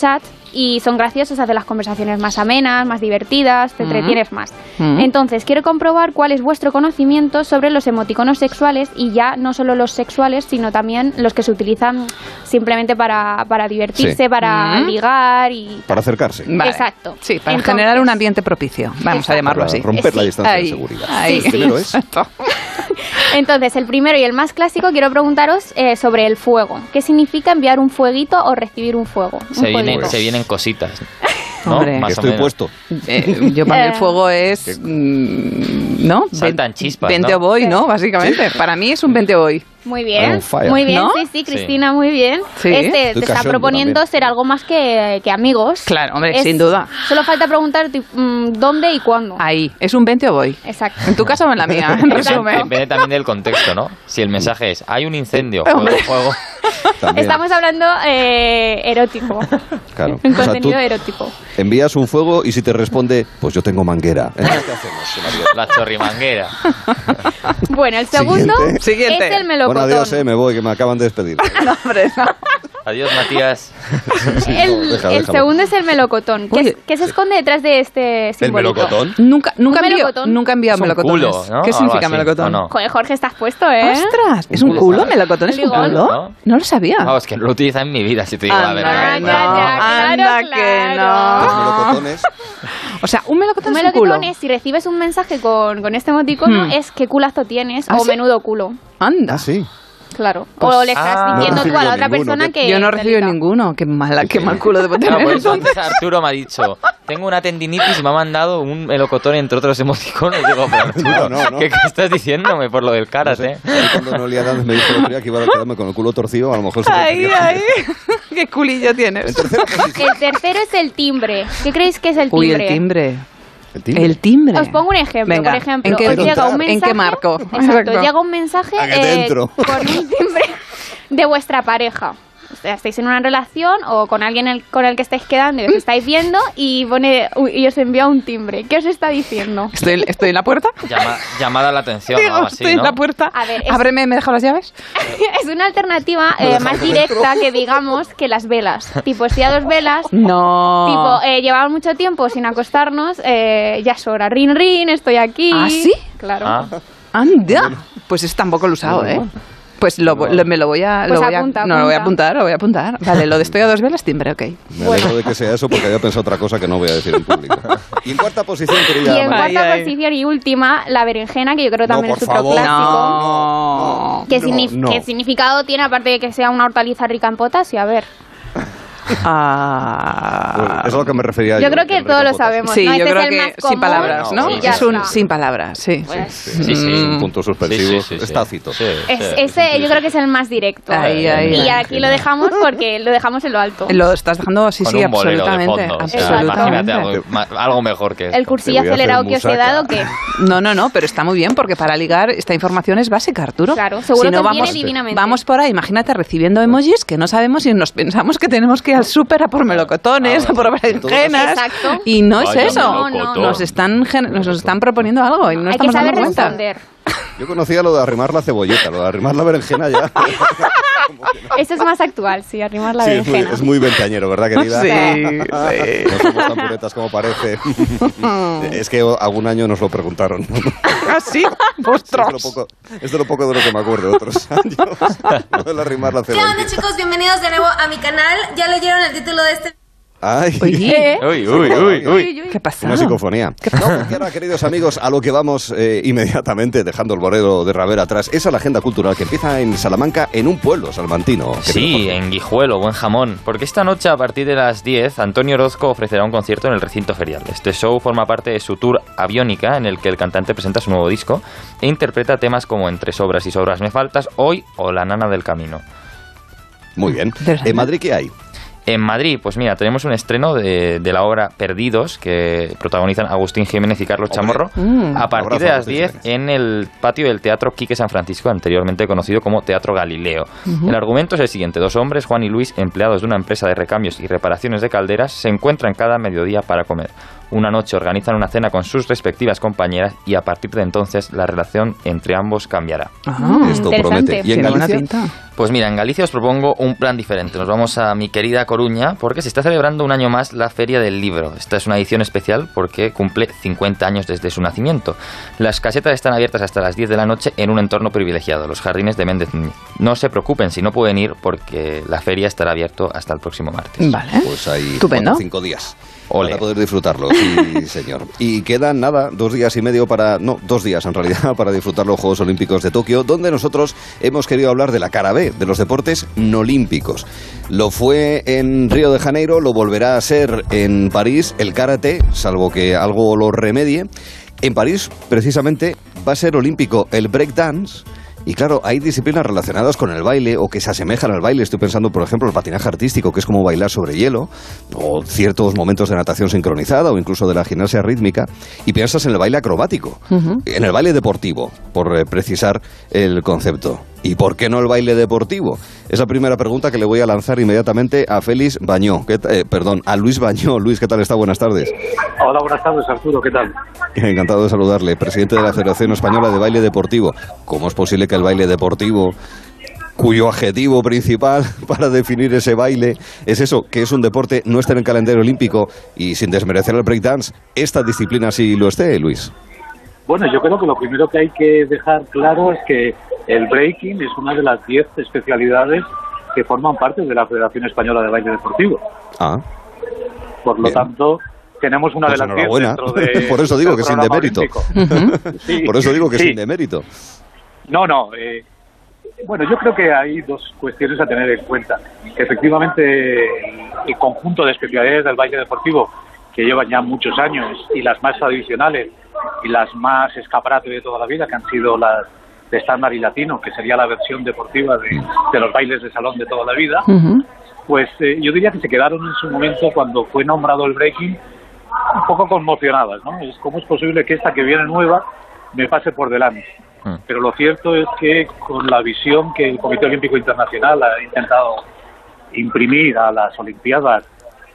y son graciosos, hacen las conversaciones más amenas, más divertidas, te entretienes más. Entonces, quiero comprobar cuál es vuestro conocimiento sobre los emoticonos sexuales, y ya no solo los sexuales, sino también los que se utilizan simplemente para divertirse, para ligar y... Para acercarse. Vale. Exacto. Sí, para generar un ambiente propicio, vamos a llamarlo así. Romper la distancia de seguridad. Ahí. Primero es... Entonces, el primero y el más clásico, quiero preguntaros sobre el fuego. ¿Qué significa enviar un fueguito o recibir un fuego? Se vienen cositas, ¿no? Hombre, Más estoy puesto. Yo para mí el fuego es... ¿no? Saltan chispas, Vente ¿no? o voy, ¿no? Básicamente. ¿Sí? Para mí es un vente o voy. Muy bien, muy bien, ¿no? sí, Cristina, muy bien. Sí. Te está proponiendo ser algo más que amigos. Claro, hombre, sin duda. Solo falta preguntar dónde y cuándo. Ahí, ¿es un vente o voy? Exacto. En tu casa o en la mía, en resumen. Depende también del contexto, ¿no? Si el mensaje es, hay un incendio, fuego. También. Estamos hablando erótico. Claro. Un contenido erótico. Envías un fuego y si te responde, pues yo tengo manguera. ¿Qué hacemos? La chorrimanguera. Bueno, el segundo Siguiente. es el melocotón. Bueno, adiós, me voy, que me acaban de despedir. No, hombre, no. Adiós, Matías. El segundo es el melocotón. ¿Qué se esconde detrás de este símbolo? ¿El melocotón? Nunca he enviado melocotones. Culo, ¿no? ¿Qué significa melocotón? No? Joder, Jorge, estás puesto, ¿eh? ¡Ostras! ¿Es un culo? ¿Melocotón es un culo? No lo sabía. Vamos, que no lo utiliza en mi vida, si te digo la verdad. Anda que no. Los melocotones. O sea, un melocotón es un culo. Si recibes un mensaje con este emoticono, es qué culazo tienes o menudo culo. Anda. Sí. Claro. Pues, o le estás diciendo tú a la otra persona que... Yo no recibo ninguno. Qué mal culo debo tener. Pues entonces Arturo me ha dicho, tengo una tendinitis y me ha mandado un melocotón entre otros emoticonos. Y digo, pero Arturo, no. ¿qué estás diciéndome por lo del karate? No sé. Cuando no le me dijo el otro día que iba a quedarme con el culo torcido, a lo mejor se Ahí. Qué culillo tienes. El tercero es el timbre. ¿Qué creéis que es el timbre? Uy, el timbre. ¿El timbre? Os pongo un ejemplo. Venga, por ejemplo, os llega un mensaje. ¿En qué marco? Exacto, llega un mensaje con un timbre de vuestra pareja. O sea, estáis en una relación o con alguien con el que estáis quedando y os estáis viendo y os envía un timbre. ¿Qué os está diciendo? ¿Estoy en la puerta? Llamada a la atención. Digo, algo así, estoy en la puerta. A ver, Ábreme, ¿me deja las llaves? Es una alternativa más directa que digamos que las velas. Tipo, estoy a 2 velas. No. Tipo, llevamos mucho tiempo sin acostarnos. Ya es hora. Rin, rin, estoy aquí. ¿Ah, sí? Claro. ¡Anda! Pues es tampoco lo usado, ¿eh? Pues me lo voy a... Pues lo voy a apuntar. Vale, lo de estoy a 2 velas, timbre, ok. Me alegro de que sea eso porque había pensado otra cosa que no voy a decir en público. Y en cuarta posición, querida. Y en cuarta posición y última, la berenjena, que yo creo también es otro clásico. ¿Qué significado tiene, aparte de que sea una hortaliza rica en potasio? A ver. Pues eso es a lo que me refería yo. Yo creo que todos lo sabemos. Sí, ¿no? yo Este creo es el que más común. sin palabras, ¿no? Sí, es un sin palabras, sí. Sí, un punto suspensivo. Es tácito. Ese yo creo que es el más directo. Ahí, y aquí lo dejamos porque lo dejamos en lo alto. Lo estás dejando, sí, absolutamente. Imagínate algo mejor que esto. El cursillo acelerado que os he dado, ¿qué? No, pero está muy bien porque para ligar esta información es básica, Arturo. Claro, seguro que viene divinamente. Vamos por ahí, imagínate recibiendo emojis que no sabemos y nos pensamos que tenemos que ir al súper a por melocotones, a por berenjenas. Exacto. Y no es eso. No. Nos están proponiendo algo y no Hay estamos que saber dando cuenta. responder. Yo conocía lo de arrimar la cebolleta, lo de arrimar la berenjena ya. Eso es más actual, sí, arrimar la berenjena. Es muy ventañero, ¿verdad, querida? Sí. No somos tan puretas como parece. Es que algún año nos lo preguntaron. ¿Ah, sí? ¡Ostras! Es de lo poco de lo que me acuerdo de otros años. Lo de arrimar la cebolla. ¿Qué onda, chicos? Bienvenidos de nuevo a mi canal. ¿Ya leyeron el título de este? Ay. Uy. ¿Qué pasa? Una psicofonía. No, porque ahora, queridos amigos, a lo que vamos inmediatamente, dejando el bolero de Ravel atrás, es a la agenda cultural que empieza en Salamanca, en un pueblo salmantino. Sí, en Guijuelo, buen jamón. Porque esta noche, a partir de las 10, Antonio Orozco ofrecerá un concierto en el recinto ferial. Este show forma parte de su tour Aviónica, en el que el cantante presenta su nuevo disco e interpreta temas como Entre sobras y sobras me faltas, Hoy o La nana del camino. Muy bien. ¿En Madrid qué hay? En Madrid, pues mira, tenemos un estreno de la obra Perdidos, que protagonizan Agustín Jiménez y Carlos Chamorro, a partir de las 10 en el patio del Teatro Quique San Francisco, anteriormente conocido como Teatro Galileo. El argumento es el siguiente: 2 hombres, Juan y Luis, empleados de una empresa de recambios y reparaciones de calderas, se encuentran cada mediodía para comer. una noche organizan una cena con sus respectivas compañeras y a partir de entonces la relación entre ambos cambiará. Esto promete. ¿Y en Galicia? Pues mira, en Galicia os propongo un plan diferente. Nos vamos a mi querida Coruña porque se está celebrando un año más la Feria del Libro. Esta es una edición especial porque cumple 50 años desde su nacimiento. Las casetas están abiertas hasta las 10 de la noche en un entorno privilegiado, los jardines de Méndez Núñez. No se preocupen si no pueden ir porque la feria estará abierto hasta el próximo martes. Vale. Pues hay 5 días. Para poder disfrutarlo, sí, señor. Y quedan, 2 días y medio 2 días en realidad, para disfrutar los Juegos Olímpicos de Tokio, donde nosotros hemos querido hablar de la cara B, de los deportes no olímpicos. Lo fue en Río de Janeiro, lo volverá a ser en París, el karate, salvo que algo lo remedie. En París, precisamente, va a ser olímpico el breakdance. Y claro, hay disciplinas relacionadas con el baile o que se asemejan al baile. Estoy pensando, por ejemplo, el patinaje artístico, que es como bailar sobre hielo, o ciertos momentos de natación sincronizada o incluso de la gimnasia rítmica. Y piensas en el baile acrobático, en el baile deportivo, por precisar el concepto. ¿Y por qué no el baile deportivo? Esa primera pregunta que le voy a lanzar inmediatamente a Félix Bañó. A Luis Bañó. Luis, ¿qué tal está? Buenas tardes. Hola, buenas tardes, Arturo. ¿Qué tal? Encantado de saludarle. Presidente de la Federación Española de Baile Deportivo. ¿Cómo es posible que el baile deportivo, cuyo adjetivo principal para definir ese baile es eso, que es un deporte, no esté en el calendario olímpico y sin desmerecer el breakdance, esta disciplina sí lo esté, Luis? Bueno, yo creo que lo primero que hay que dejar claro es que el breaking es una de las 10 especialidades que forman parte de la Federación Española de Baile Deportivo. Por lo tanto, tenemos una de las 10 dentro de... Por eso digo que sin demérito. Sí. Por eso digo que sin demérito. No. Bueno, yo creo que hay 2 cuestiones a tener en cuenta. Efectivamente, el conjunto de especialidades del baile deportivo, que llevan ya muchos años, y las más tradicionales y las más escaparate de toda la vida, que han sido las de estándar y latino, que sería la versión deportiva de los bailes de salón de toda la vida, pues yo diría que se quedaron en su momento, cuando fue nombrado el breaking, un poco conmocionadas, ¿no? ¿Cómo es posible que esta que viene nueva me pase por delante? Pero lo cierto es que con la visión que el Comité Olímpico Internacional ha intentado imprimir a las Olimpiadas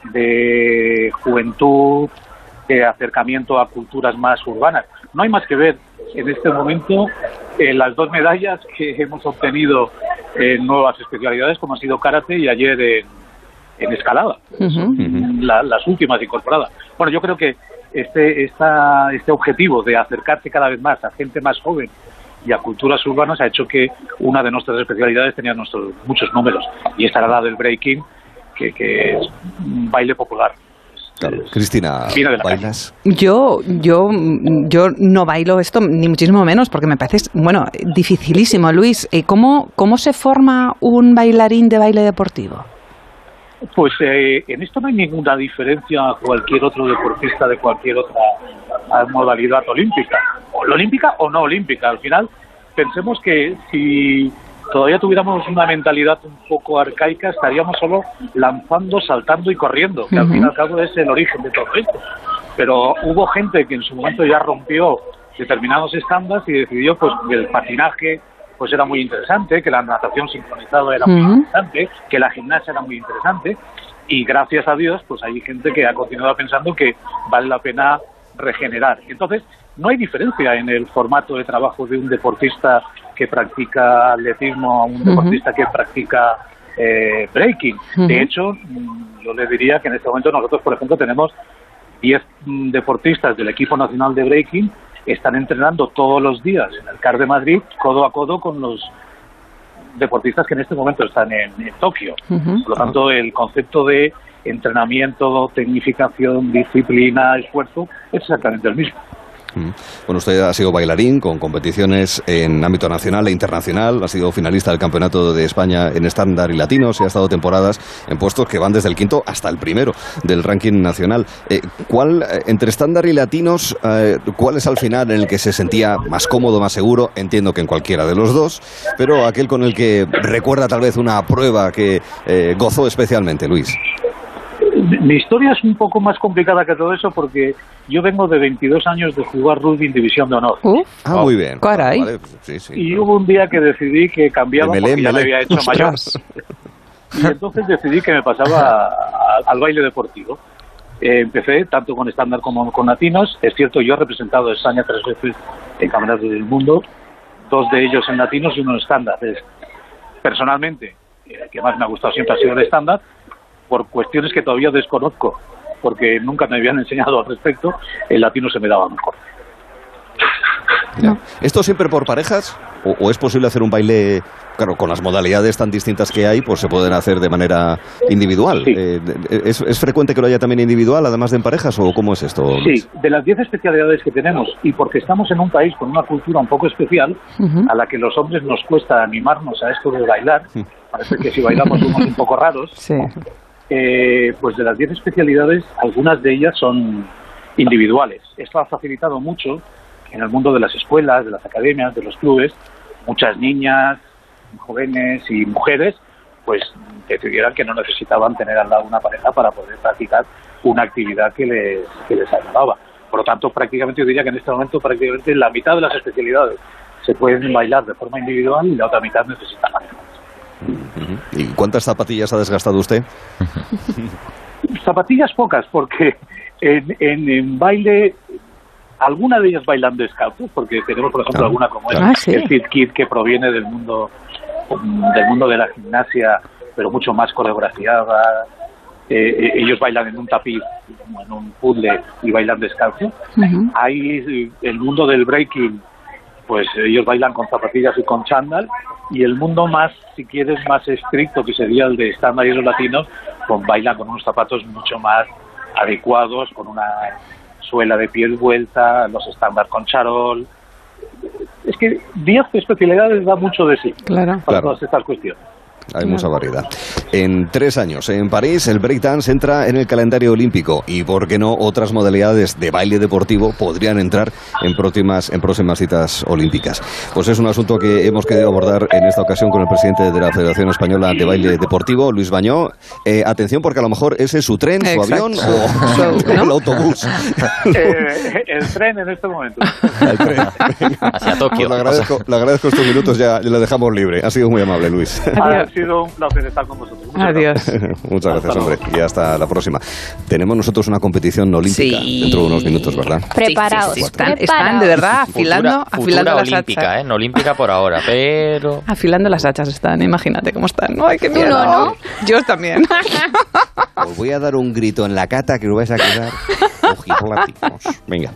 de juventud, de acercamiento a culturas más urbanas, no hay más que ver en este momento las 2 medallas que hemos obtenido en nuevas especialidades, como ha sido karate y ayer en escalada, las últimas incorporadas. Bueno, yo creo que este objetivo de acercarse cada vez más a gente más joven y a culturas urbanas ha hecho que una de nuestras especialidades tenía muchos números, y esta era la del breaking, que es un baile popular. Claro. Cristina, ¿bailas? Yo no bailo esto, ni muchísimo menos, porque me parece, dificilísimo. Luis, ¿cómo se forma un bailarín de baile deportivo? Pues en esto no hay ninguna diferencia a cualquier otro deportista de cualquier otra modalidad olímpica o no olímpica. Al final, pensemos que si todavía tuviéramos una mentalidad un poco arcaica, estaríamos solo lanzando, saltando y corriendo, que al fin y al cabo es el origen de todo esto. Pero hubo gente que en su momento ya rompió determinados estándares y decidió pues que el patinaje pues era muy interesante, que la natación sincronizada era muy interesante, que la gimnasia era muy interesante, y gracias a Dios pues hay gente que ha continuado pensando que vale la pena regenerar. Entonces, no hay diferencia en el formato de trabajo de un deportista que practica atletismo a un deportista que practica breaking. De hecho, yo le diría que en este momento nosotros, por ejemplo, tenemos 10 deportistas del equipo nacional de breaking, están entrenando todos los días en el CAR de Madrid, codo a codo con los deportistas que en este momento están en Tokio. Por lo tanto, el concepto de entrenamiento, tecnificación, disciplina, esfuerzo, es exactamente el mismo. Bueno, usted ha sido bailarín con competiciones en ámbito nacional e internacional, ha sido finalista del Campeonato de España en estándar y latinos y ha estado temporadas en puestos que van desde el 5º hasta el 1º del ranking nacional. ¿Cuál, entre estándar y latinos, cuál es al final en el que se sentía más cómodo, más seguro? Entiendo que en cualquiera de los dos, pero aquel con el que recuerda tal vez una prueba que gozó especialmente, Luis. Mi historia es un poco más complicada que todo eso porque yo vengo de 22 años de jugar rugby en División de Honor. Muy bien. Caray. Vale, sí. Y hubo un día que decidí que cambiaba porque ya me había hecho mayor. Y entonces decidí que me pasaba al baile deportivo. Empecé tanto con estándar como con latinos. Es cierto, yo he representado a España 3 veces en campeonatos del mundo, 2 de ellos en latinos y 1 en estándar. Personalmente, el que más me ha gustado siempre ha sido el estándar, por cuestiones que todavía desconozco, porque nunca me habían enseñado al respecto. El latino se me daba mejor. No. ¿Esto siempre por parejas? ¿O es posible hacer un baile, claro, con las modalidades tan distintas que hay, pues se pueden hacer de manera individual? Sí. ¿Es frecuente que lo haya también individual, además de en parejas, o cómo es esto, Luis? Sí, de las 10 especialidades que tenemos, y porque estamos en un país con una cultura un poco especial, a la que los hombres nos cuesta animarnos a esto de bailar, parece que si bailamos somos un poco raros, pues de las 10 especialidades, algunas de ellas son individuales. Esto ha facilitado mucho en el mundo de las escuelas, de las academias, de los clubes. Muchas niñas, jóvenes y mujeres pues decidieran que no necesitaban tener al lado una pareja para poder practicar una actividad que les agradaba. Por lo tanto, prácticamente yo diría que en este momento prácticamente la mitad de las especialidades se pueden bailar de forma individual y la otra mitad necesita parejas. ¿Y cuántas zapatillas ha desgastado usted? Zapatillas pocas, porque en baile, alguna de ellas bailan descalzos, porque tenemos, por ejemplo, alguna como el Fit Kid, que proviene del mundo de la gimnasia, pero mucho más coreografiada. Ellos bailan en un tapiz, en un puzzle, y bailan descalzo. Hay el mundo del breaking, pues ellos bailan con zapatillas y con chándal, y el mundo más, si quieres, más estricto, que sería el de estándar y los latinos, pues bailan con unos zapatos mucho más adecuados, con una suela de piel vuelta, los estándar con charol. Es que 10 especialidades da mucho de sí para todas estas cuestiones. Hay mucha variedad. En 3 años, en París, el breakdance entra en el calendario olímpico y, ¿por qué no?, otras modalidades de baile deportivo podrían entrar en próximas citas olímpicas. Pues es un asunto que hemos querido abordar en esta ocasión con el presidente de la Federación Española de Baile Deportivo, Luis Bañó. Atención, porque a lo mejor ese es su tren, su avión o el autobús. El tren en este momento. El tren. Hacia Tokio. Pues le agradezco estos minutos, ya le dejamos libre. Ha sido muy amable, Luis. Ha sido un placer estar con vosotros. Adiós. Muchas gracias, hombre. Y hasta la próxima. Tenemos nosotros una competición olímpica dentro de unos minutos, ¿verdad? Preparados. Sí. Están de verdad afilando las olímpica, hachas. No olímpica por ahora, pero... Afilando las hachas están, imagínate cómo están. ¡Ay, qué miedo! ¿no? Yo también. Os voy a dar un grito en la cata que lo vais a quedar ojipláticos. Venga.